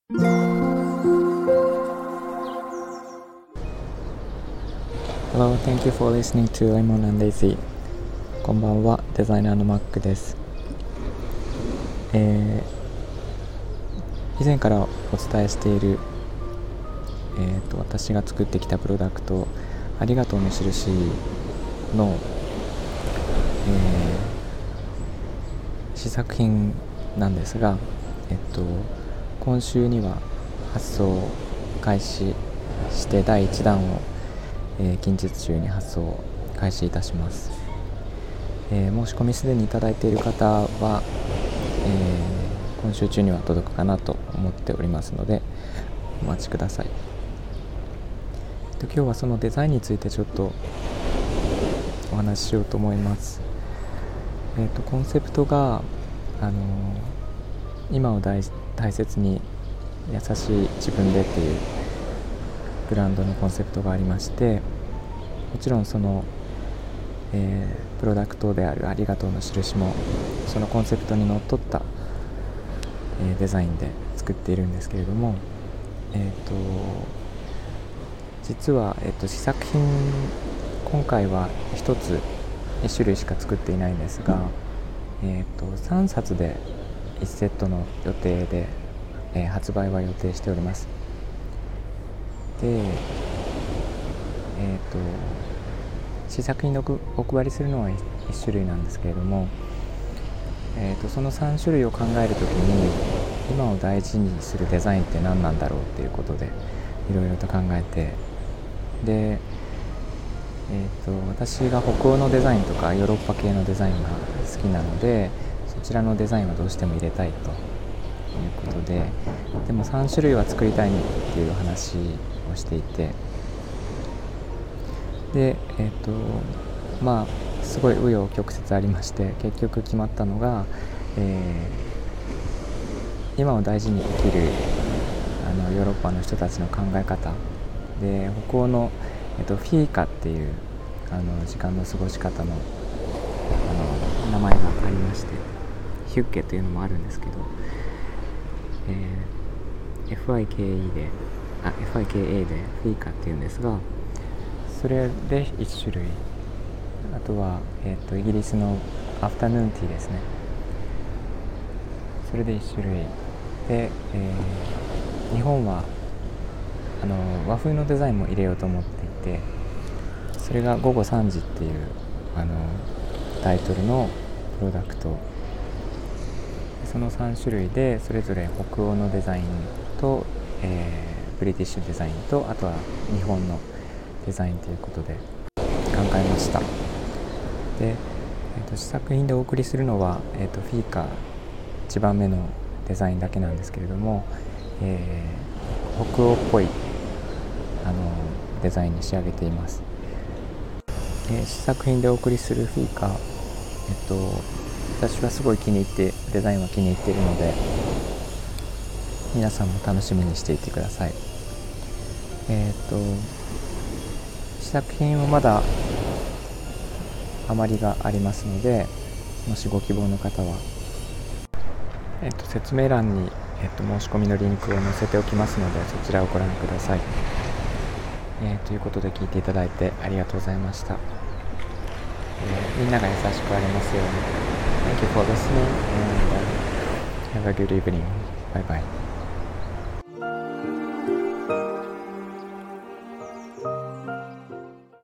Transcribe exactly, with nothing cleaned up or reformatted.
Hello, thank you for listening to Lemon and Daisy. こんばんは、デザイナーのマックです。えー、以前からお伝えしている、えーと、私が作ってきたプロダクト、ありがとうの印の、えー、試作品なんですが、えっと、今週には発送開始してだいいちだんをえー、近日中に発送開始いたします。えー、申し込みすでにいただいている方は、えー、今週中には届くかなと思っておりますのでお待ちください。今日はそのデザインについてちょっとお話ししようと思います。えーと、コンセプトが、あのー、今を 大, 大切に優しい自分でっていうブランドのコンセプトがありまして、もちろんその、えー、プロダクトであるありがとうの印もそのコンセプトにのっとった、えー、デザインで作っているんですけれども、えーと実は、えーと試作品今回はひとついち種類しか作っていないんですが、えーとさんさつでいちセットの予定で、えー、発売は予定しております。で、えーと試作品でお配りするのはいち種類なんですけれども、えーとそのさん種類を考えるときに今を大事にするデザインって何なんだろうっていうことでいろいろと考えて、で、えーと私が北欧のデザインとかヨーロッパ系のデザインが好きなので、そちらのデザインはどうしても入れたいということで、でもさん種類は作りたいっていう話をしていて、で、えーとまあすごい紆余曲折ありまして、結局決まったのが、えー、今を大事に生きるあのヨーロッパの人たちの考え方で、北欧の、えーと、フィーカっていうあの時間の過ごし方の、あの名前がありまして、ヒュッケというのもあるんですけど、えー、エフアイケーイー であ エフアイケーエー でフィーカっていうんですが、それでいち種類、あとは、えー、とイギリスのアフタヌーンティーですね、それでいち種類で、えー、日本はあの和風のデザインも入れようと思っていて、それが午後さんじっていうあのタイトルのプロダクト、そのさん種類でそれぞれ北欧のデザインと、えー、ブリティッシュデザインと、あとは日本のデザインということで考えました。で、えー、と試作品でお送りするのは、えー、とフィーカいちばんめのデザインだけなんですけれども、えー、北欧っぽいあのデザインに仕上げています。えー、試作品でお送りするフィーカー、えっ、ー、と私はすごい気に入って、デザインは気に入っているので、皆さんも楽しみにしていてください。えっ、ー、と試作品はまだ余りがありますので、もしご希望の方は、えっと、説明欄に、えっと、申し込みのリンクを載せておきますので、そちらをご覧ください。えー、ということで聞いていただいてありがとうございました。えー、みんなが優しくありますように。Thank you for listening and、uh, have a good evening. Bye bye.